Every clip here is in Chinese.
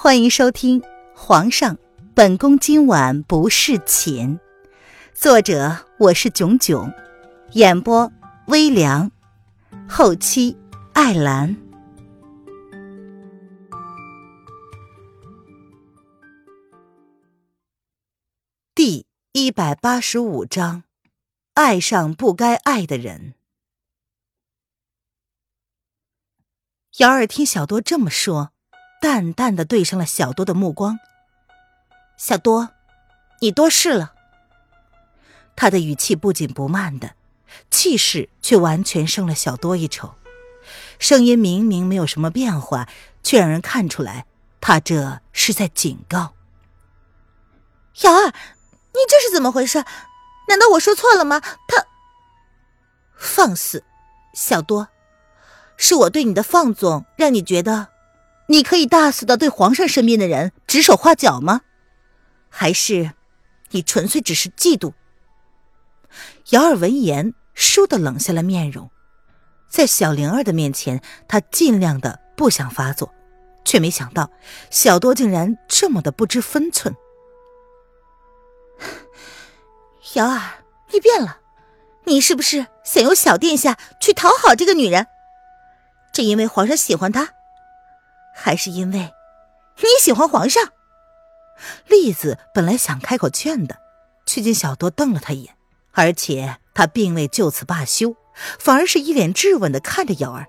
欢迎收听《皇上，本宫今晚不侍寝》，作者我是囧囧，演播微凉，后期艾兰。第185章，爱上不该爱的人。瑶儿听小多这么说，淡淡的对上了小多的目光。小多，你多事了。他的语气不紧不慢的，气势却完全胜了小多一筹。声音明明没有什么变化，却让人看出来他这是在警告。 瑶儿，你这是怎么回事？难道我说错了吗？他…… 放肆！小多，是我对你的放纵让你觉得你可以大肆的对皇上身边的人指手画脚吗？还是你纯粹只是嫉妒？瑶儿闻言倏地冷下了面容。在小灵儿的面前，她尽量的不想发作，却没想到小多竟然这么的不知分寸。 瑶儿，你变了，你是不是想由小殿下去讨好这个女人？正因为皇上喜欢她，还是因为你喜欢皇上？ 栗子本来想开口劝的，却见小多瞪了他一眼，而且他并未就此罢休，反而是一脸质问的看着瑶儿。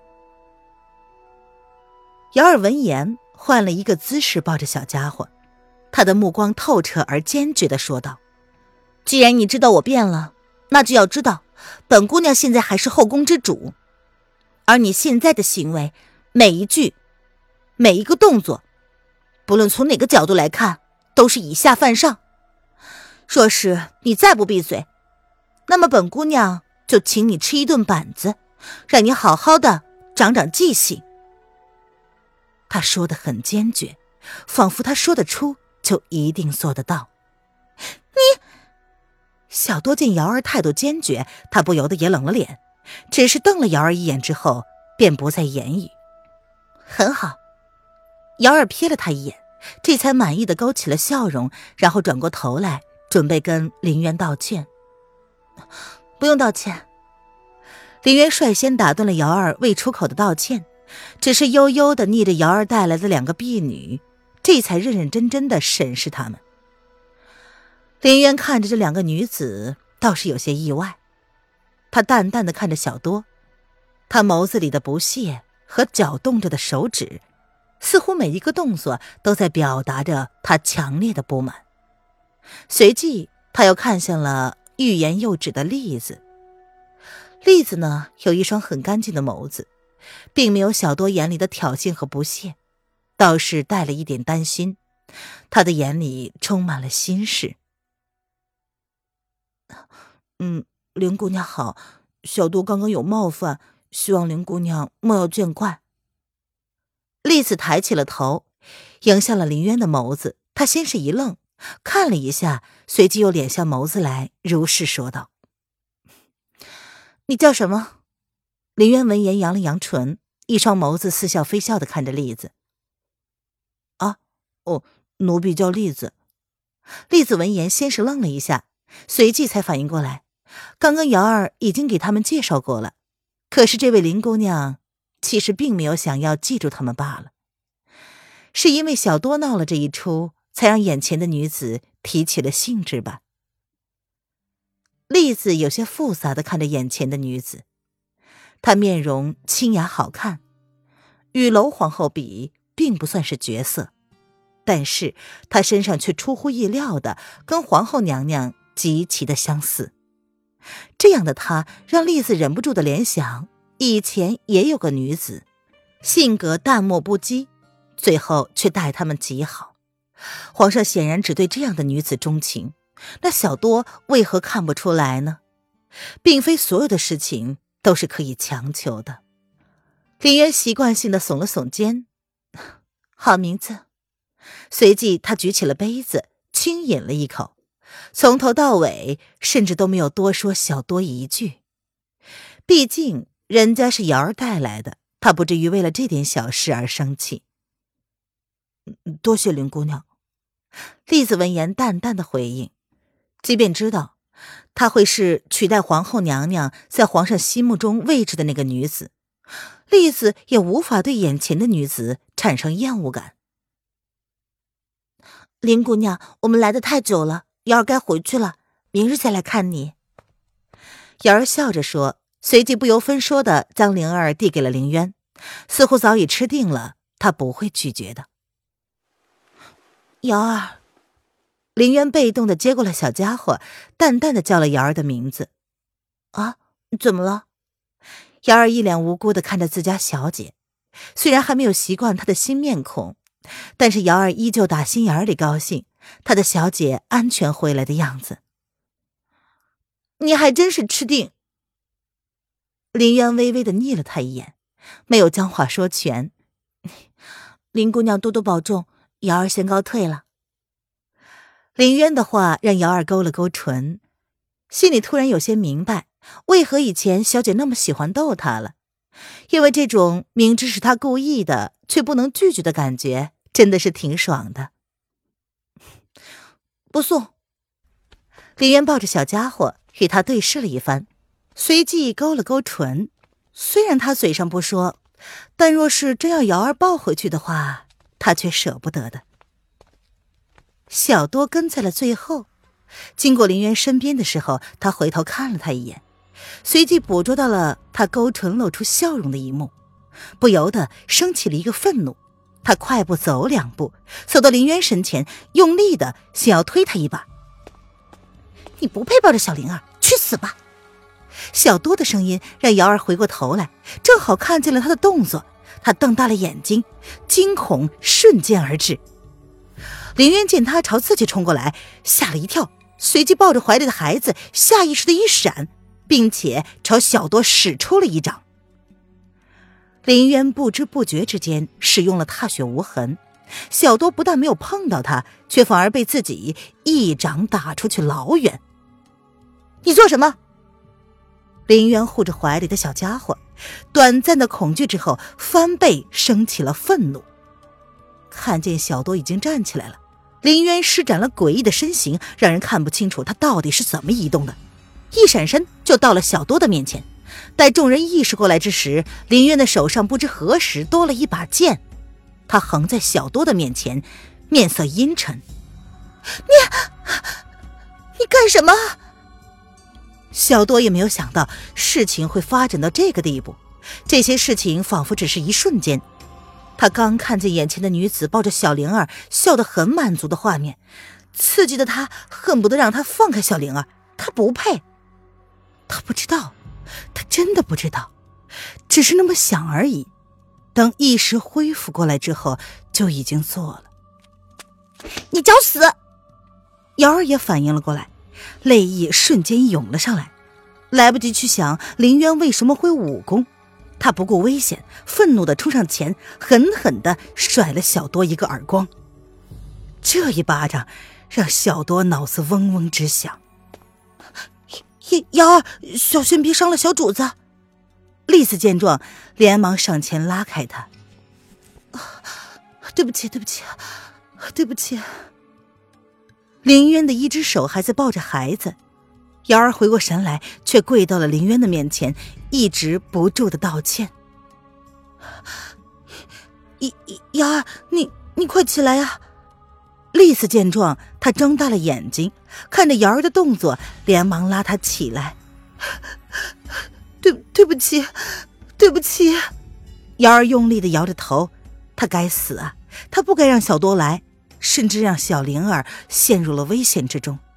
瑶儿闻言换了一个姿势抱着小家伙，他的目光透彻而坚决地说道：既然你知道我变了，那就要知道本姑娘现在还是后宫之主，而你现在的行为，每一句每一个动作，不论从哪个角度来看，都是以下犯上。若是你再不闭嘴，那么本姑娘就请你吃一顿板子，让你好好的长长记性。他说得很坚决，仿佛他说得出就一定做得到。你……小多见瑶儿态度坚决，他不由得也冷了脸，只是瞪了瑶儿一眼之后便不再言语。很好。瑶儿瞥了他一眼，这才满意的勾起了笑容，然后转过头来准备跟林渊道歉。不用道歉。林渊率先打断了瑶儿未出口的道歉，只是悠悠的睨着瑶儿带来的两个婢女，这才认认真真的审视他们。林渊看着这两个女子倒是有些意外，他淡淡的看着小多，他眸子里的不屑和搅动着的手指，似乎每一个动作都在表达着他强烈的不满。随即他又看向了欲言又止的栗子。栗子呢，有一双很干净的眸子，并没有小多眼里的挑衅和不屑，倒是带了一点担心，他的眼里充满了心事。林姑娘好，小多刚刚有冒犯，希望林姑娘莫要见怪。栗子抬起了头，迎向了林渊的眸子，他先是一愣，看了一下，随即又敛下眸子来，如是说道：你叫什么？林渊闻言扬了扬唇，一双眸子似笑非笑地看着栗子。奴婢叫栗子。栗子闻言先是愣了一下，随即才反应过来，刚刚瑶儿已经给他们介绍过了，可是这位林姑娘其实并没有想要记住他们罢了。是因为小多闹了这一出，才让眼前的女子提起了兴致吧。栗子有些复杂地看着眼前的女子，她面容清雅好看，与娄皇后比并不算是绝色，但是她身上却出乎意料的跟皇后娘娘极其的相似。这样的她让栗子忍不住的联想，以前也有个女子，性格淡漠不羁，最后却待他们极好。皇上显然只对这样的女子钟情，那小多为何看不出来呢？并非所有的事情都是可以强求的。林渊习惯性的耸了耸肩，好名字。随即他举起了杯子，轻饮了一口，从头到尾甚至都没有多说小多一句。毕竟人家是瑶儿带来的，他不至于为了这点小事而生气。 多谢林姑娘。栗子闻言淡淡的回应，即便知道她会是取代皇后娘娘在皇上心目中位置的那个女子，栗子也无法对眼前的女子产生厌恶感。 林姑娘，我们来得太久了，瑶儿该回去了，明日再来看你。 瑶儿笑着说，随即不由分说地将灵儿递给了凌渊，似乎早已吃定了她不会拒绝的。 瑶儿。 凌渊被动地接过了小家伙，淡淡地叫了瑶儿的名字。 啊，怎么了？ 瑶儿一脸无辜地看着自家小姐，虽然还没有习惯她的新面孔，但是瑶儿依旧打心眼里高兴她的小姐安全回来的样子。 你还真是吃定。 凌渊微微地睨了她一眼，没有将话说全。 林姑娘多多保重，瑶儿先告退了。 凌渊的话让瑶儿勾了勾唇，心里突然有些明白为何以前小姐那么喜欢逗她了，因为这种明知是她故意的却不能拒绝的感觉真的是挺爽的。 不送。 凌渊抱着小家伙与他对视了一番，随即勾了勾唇，虽然他嘴上不说，但若是真要瑶儿抱回去的话，他却舍不得的。小多跟在了最后，经过凌渊身边的时候，他回头看了他一眼，随即捕捉到了他勾唇露出笑容的一幕，不由得升起了一个愤怒。他快步走2步，走到凌渊身前，用力的想要推他一把。 你不配抱着小灵儿，去死吧！ 小多的声音让瑶儿回过头来，正好看见了他的动作，他瞪大了眼睛，惊恐瞬间而至。凌渊见他朝自己冲过来，吓了一跳，随即抱着怀里的孩子下意识的一闪，并且朝小多使出了一掌。凌渊不知不觉之间使用了踏雪无痕，小多不但没有碰到他，却反而被自己一掌打出去老远。 你做什么？ 凌渊护着怀里的小家伙，短暂的恐惧之后翻倍升起了愤怒。看见小多已经站起来了，凌渊施展了诡异的身形，让人看不清楚他到底是怎么移动的，一闪身就到了小多的面前。待众人意识过来之时，凌渊的手上不知何时多了一把剑，他横在小多的面前，面色阴沉。 你干什么？ 小多也没有想到事情会发展到这个地步，这些事情仿佛只是一瞬间。他刚看见眼前的女子抱着小灵儿笑得很满足的画面，刺激的他恨不得让她放开小灵儿，他不配。他不知道，他真的不知道，只是那么想而已。等意识恢复过来之后，就已经做了。 你找死！ 瑶儿也反应了过来，泪意瞬间涌了上来，来不及去想凌渊为什么会武功，他不顾危险，愤怒地冲上前，狠狠地甩了小多一个耳光。这一巴掌让小多脑子嗡嗡直响。瑶儿，小心别伤了小主子。栗子见状连忙上前拉开他。对不起对不起对不起。凌渊的一只手还在抱着孩子，瑶儿回过神来，却跪到了凌渊的面前，一直不住的道歉。瑶儿，你快起来啊！栗子见状，他睁大了眼睛，看着瑶儿的动作，连忙拉她起来。对不起对不起。瑶儿用力的摇着头，他该死啊，他不该让小多来，甚至让小灵儿陷入了危险之中。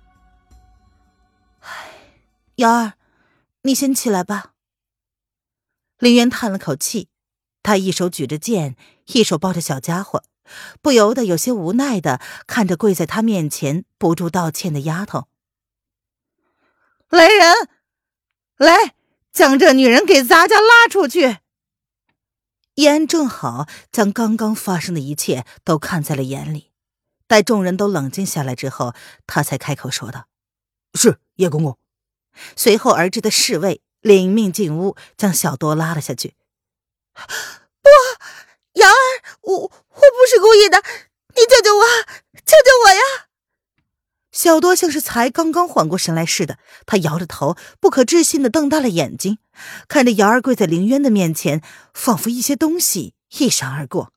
瑶儿，你先起来吧。凌渊叹了口气，他一手举着剑，一手抱着小家伙，不由得有些无奈地看着跪在他面前不住道歉的丫头。来人，来，将这女人给咱家拉出去。易安正好将刚刚发生的一切都看在了眼里，待众人都冷静下来之后，他才开口说道：是，叶公公。随后而至的侍卫领命进屋，将小多拉了下去。 不，瑶儿，我不是故意的， 小多像是才刚刚缓过神来似的，他摇着头，不可置信地瞪大了眼睛，看着瑶儿跪在凌渊的面前，仿佛一些东西一闪而过。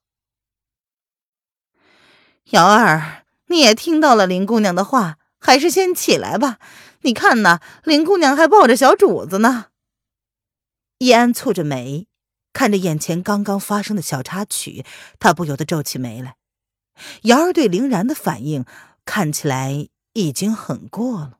瑶儿，你也听到了林姑娘的话，还是先起来吧。你看呐，林姑娘还抱着小主子呢。叶安蹙着眉，看着眼前刚刚发生的小插曲，他不由得皱起眉来。瑶儿对凌然的反应看起来已经很过了。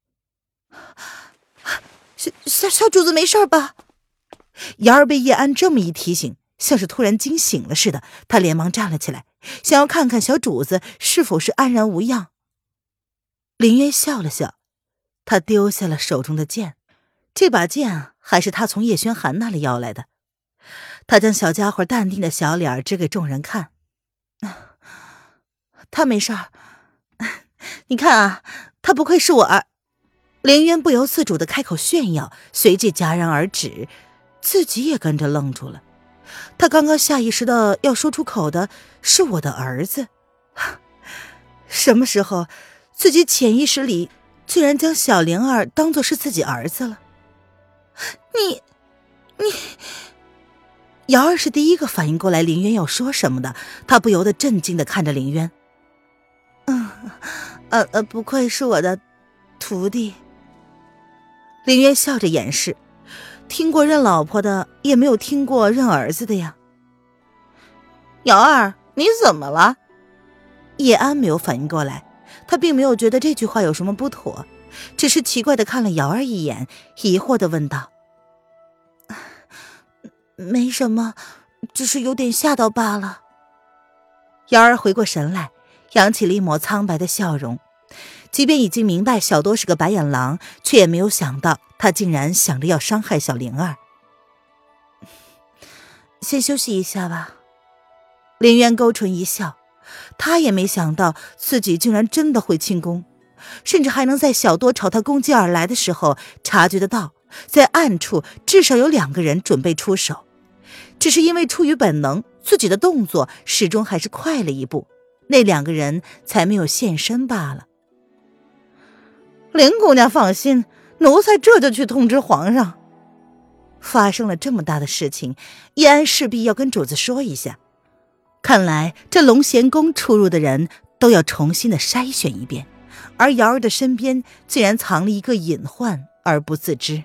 小主子没事吧？ 瑶儿被叶安这么一提醒，像是突然惊醒了似的，他连忙站了起来，想要看看小主子是否是安然无恙。林渊笑了笑，他丢下了手中的剑，这把剑还是他从叶轩寒那里要来的。他将小家伙淡定的小脸指给众人看，他没事儿，你看啊，他不愧是我儿。凌渊不由自主地开口炫耀，随即戛然而止，自己也跟着愣住了。他刚刚下意识的要说出口的是我的儿子，什么时候自己潜意识里居然将小灵儿当作是自己儿子了？你瑶儿是第一个反应过来凌渊要说什么的，他不由得震惊地看着凌渊。不愧是我的徒弟。凌渊笑着掩饰，听过认老婆的，也没有听过认儿子的呀。瑶儿，你怎么了？叶安没有反应过来，他并没有觉得这句话有什么不妥，只是奇怪地看了瑶儿一眼，疑惑地问道：没什么，只是有点吓到罢了。瑶儿回过神来，扬起了一抹苍白的笑容，即便已经明白小多是个白眼狼，却也没有想到他竟然想着要伤害小灵儿。先休息一下吧。林渊勾唇一笑，他也没想到自己竟然真的会轻功，甚至还能在小多朝他攻击而来的时候察觉得到，在暗处至少有2个人准备出手，只是因为出于本能，自己的动作始终还是快了一步，那2个人才没有现身罢了。林姑娘放心，奴才这就去通知皇上。发生了这么大的事情，叶安势必要跟主子说一下。看来这龙贤宫出入的人都要重新的筛选一遍，而瑶儿的身边竟然藏了一个隐患而不自知。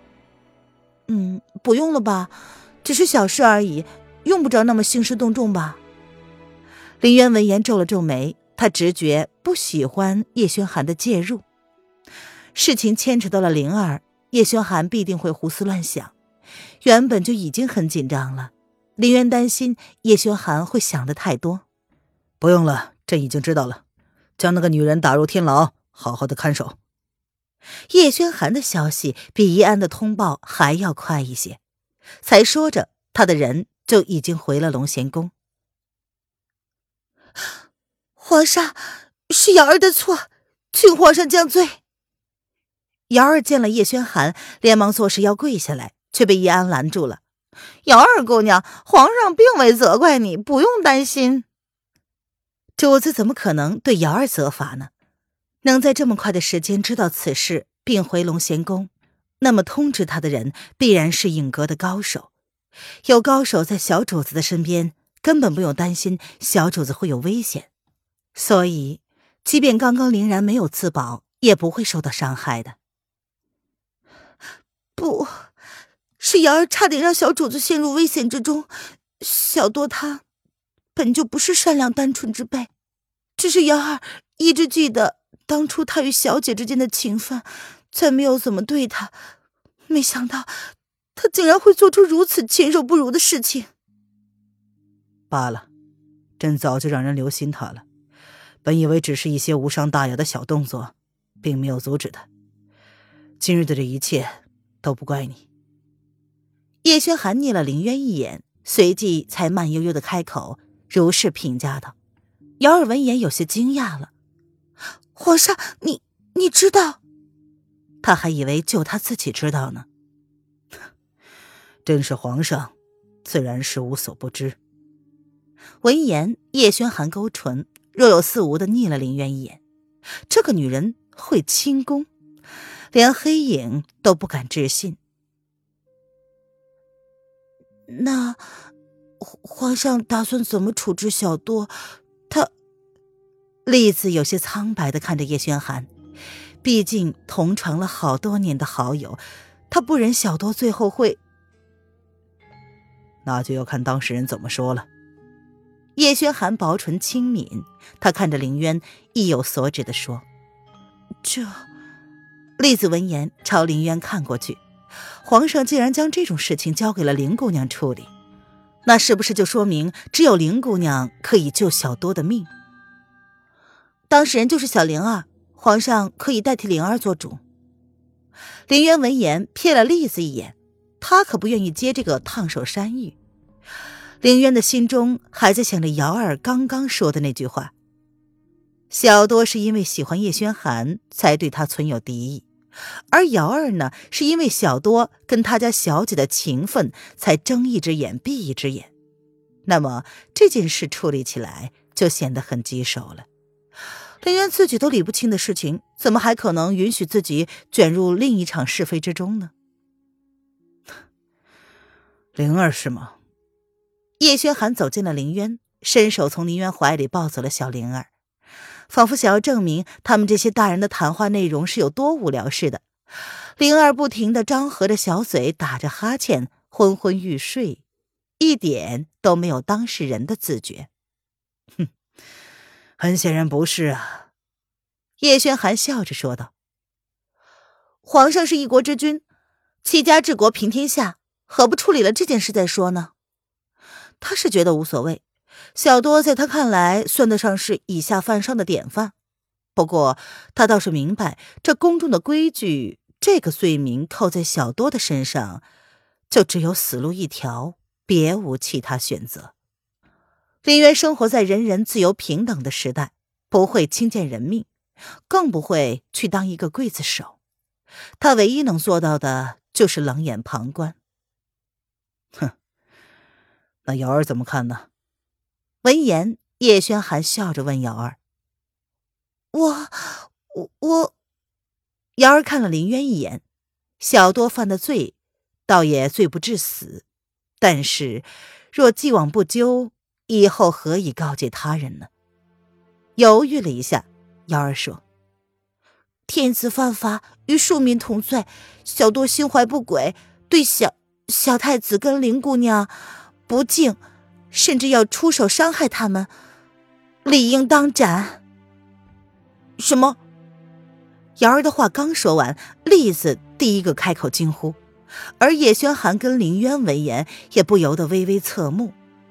不用了吧，只是小事而已，用不着那么兴师动众吧。林渊闻言皱了皱眉，他直觉不喜欢叶轩寒的介入。事情牵扯到了灵儿，叶轩寒必定会胡思乱想，原本就已经很紧张了。林渊担心叶轩寒会想得太多。不用了，朕已经知道了，将那个女人打入天牢，好好的看守。叶轩寒的消息比叶安的通报还要快一些，才说着，他的人就已经回了龙贤宫。 皇上，是瑶儿的错，请皇上降罪。 瑶儿见了叶轩寒，连忙作势要跪下来，却被叶安拦住了。瑶儿姑娘，皇上并未责怪你，不用担心。主子怎么可能对瑶儿责罚呢？能在这么快的时间知道此事并回龙贤宫，那么通知他的人必然是影阁的高手。有高手在小主子的身边，根本不用担心小主子会有危险。所以即便刚刚凌然没有自保，也不会受到伤害的。 不，是瑶儿差点让小主子陷入危险之中。小多他本就不是善良单纯之辈，只是瑶儿一直记得当初他与小姐之间的情分，才没有怎么对他。没想到他竟然会做出如此禽兽不如的事情。 罢了，朕早就让人留心他了，本以为只是一些无伤大雅的小动作，并没有阻止他。今日的这一切都不怪你。叶轩寒睨了凌渊一眼，随即才慢悠悠地开口，如是评价道。瑶儿闻言有些惊讶了。 皇上，你知道？ 他还以为就他自己知道呢。朕是皇上，自然是无所不知。闻言，叶轩寒勾唇，若有似无地睨了凌渊一眼。 这个女人会轻功，连黑影都不敢置信。 那皇上打算怎么处置小多？ 栗子有些苍白地看着叶轩寒，毕竟同床了好多年的好友，他不忍小多最后会…… 那就要看当事人怎么说了。 叶轩寒薄唇轻抿，他看着凌渊，意有所指地说：“栗子闻言朝凌渊看过去，皇上竟然将这种事情交给了林姑娘处理，那是不是就说明只有林姑娘可以救小多的命？ 当事人就是小灵儿，皇上可以代替灵儿做主。” 凌渊闻言瞥了栗子一眼，他可不愿意接这个烫手山芋。凌渊的心中还在想着瑶儿刚刚说的那句话，小多是因为喜欢叶轩寒才对他存有敌意，而瑶儿呢，是因为小多跟他家小姐的情分才睁一只眼闭一只眼。那么这件事处理起来就显得很棘手了。凌渊自己都理不清的事情，怎么还可能允许自己卷入另一场是非之中呢？ 灵儿是吗？ 叶轩寒走进了凌渊，伸手从凌渊怀里抱走了小灵儿，仿佛想要证明他们这些大人的谈话内容是有多无聊似的。灵儿不停地张合着小嘴，打着哈欠，昏昏欲睡，一点都没有当事人的自觉。 哼，很显然不是啊。 叶轩寒笑着说道：“ 皇上是一国之君，齐家治国平天下，何不处理了这件事再说呢？” 他是觉得无所谓，小多在他看来算得上是以下犯上的典范。不过他倒是明白，这宫中的规矩，这个罪名扣在小多的身上，就只有死路一条，别无其他选择。林渊生活在人人自由平等的时代，不会轻贱人命，更不会去当一个刽子手。他唯一能做到的就是冷眼旁观。 哼，那瑶儿怎么看呢？ 闻言，叶轩寒笑着问瑶儿：“ 我……” 瑶儿看了凌渊一眼，小多犯的罪，倒也罪不至死，但是若既往不咎，以后何以告诫他人呢？犹豫了一下，瑶儿说：“ 天子犯法，与庶民同罪，小多心怀不轨，对小太子跟林姑娘不敬，甚至要出手伤害他们，理应当斩。” 什么？瑶儿的话刚说完，栗子第一个开口惊呼，而叶轩寒跟凌渊闻言也不由得微微侧目。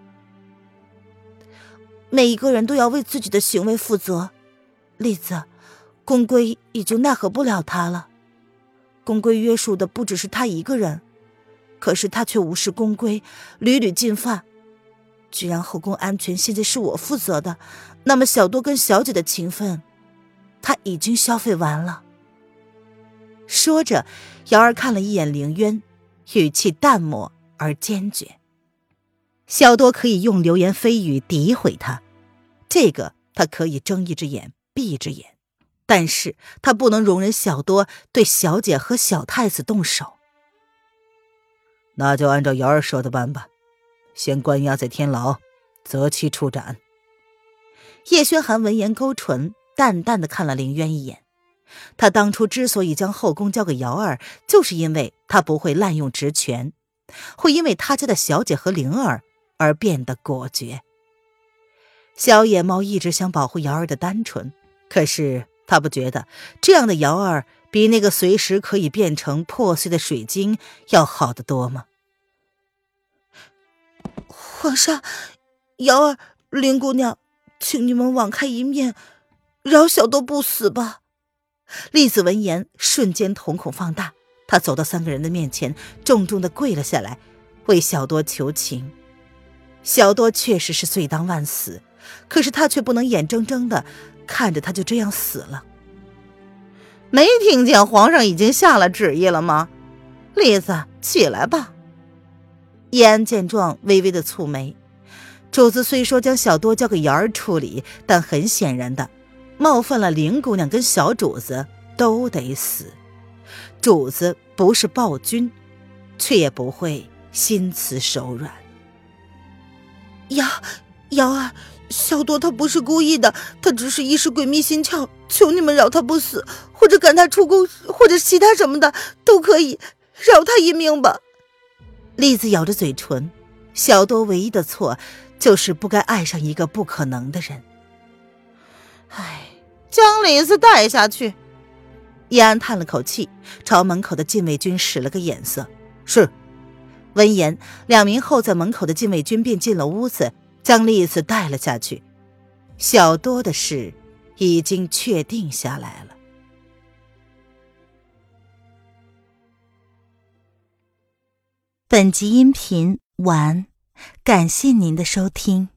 每一个人都要为自己的行为负责，栗子，宫规已经奈何不了他了。宫规约束的不只是他一个人，可是他却无视宫规，屡屡进犯。既然后宫安全现在是我负责的，那么小多跟小姐的情分，他已经消费完了。 说着，瑶儿看了一眼凌渊，语气淡漠而坚决。小多可以用流言蜚语诋毁他，这个他可以睁一只眼闭一只眼，但是他不能容忍小多对小姐和小太子动手。 那就按照瑶儿说的办吧，先关押在天牢，择期处斩。 叶轩寒闻言勾唇，淡淡的看了凌渊一眼。他当初之所以将后宫交给瑶儿，就是因为他不会滥用职权，会因为他家的小姐和灵儿而变得果决。小野猫一直想保护瑶儿的单纯，可是他不觉得这样的瑶儿比那个随时可以变成破碎的水晶要好得多吗？ 皇上，瑶儿、林姑娘，请你们网开一面，饶小多不死吧。 栗子闻言瞬间瞳孔放大，他走到三个人的面前，重重地跪了下来，为小多求情。小多确实是罪当万死，可是他却不能眼睁睁地看着他就这样死了。没听见皇上已经下了旨意了吗？栗子，起来吧。叶安见状微微的蹙眉，主子虽说将小多交给瑶儿处理，但很显然的， 冒犯了林姑娘跟小主子都得死。主子不是暴君，却也不会心慈手软。 瑶儿，小多他不是故意的，他只是一时鬼迷心窍，求你们饶他不死，或者赶他出宫，或者其他什么的都可以，饶他一命吧。 栗子咬着嘴唇，小多唯一的错就是不该爱上一个不可能的人。 将李子带下去。 叶安叹了口气，朝门口的禁卫军使了个眼色。是。闻言，2名候在门口的禁卫军便进了屋子，将栗子带了下去。小多的事已经确定下来了。 本集音频完，感谢您的收听。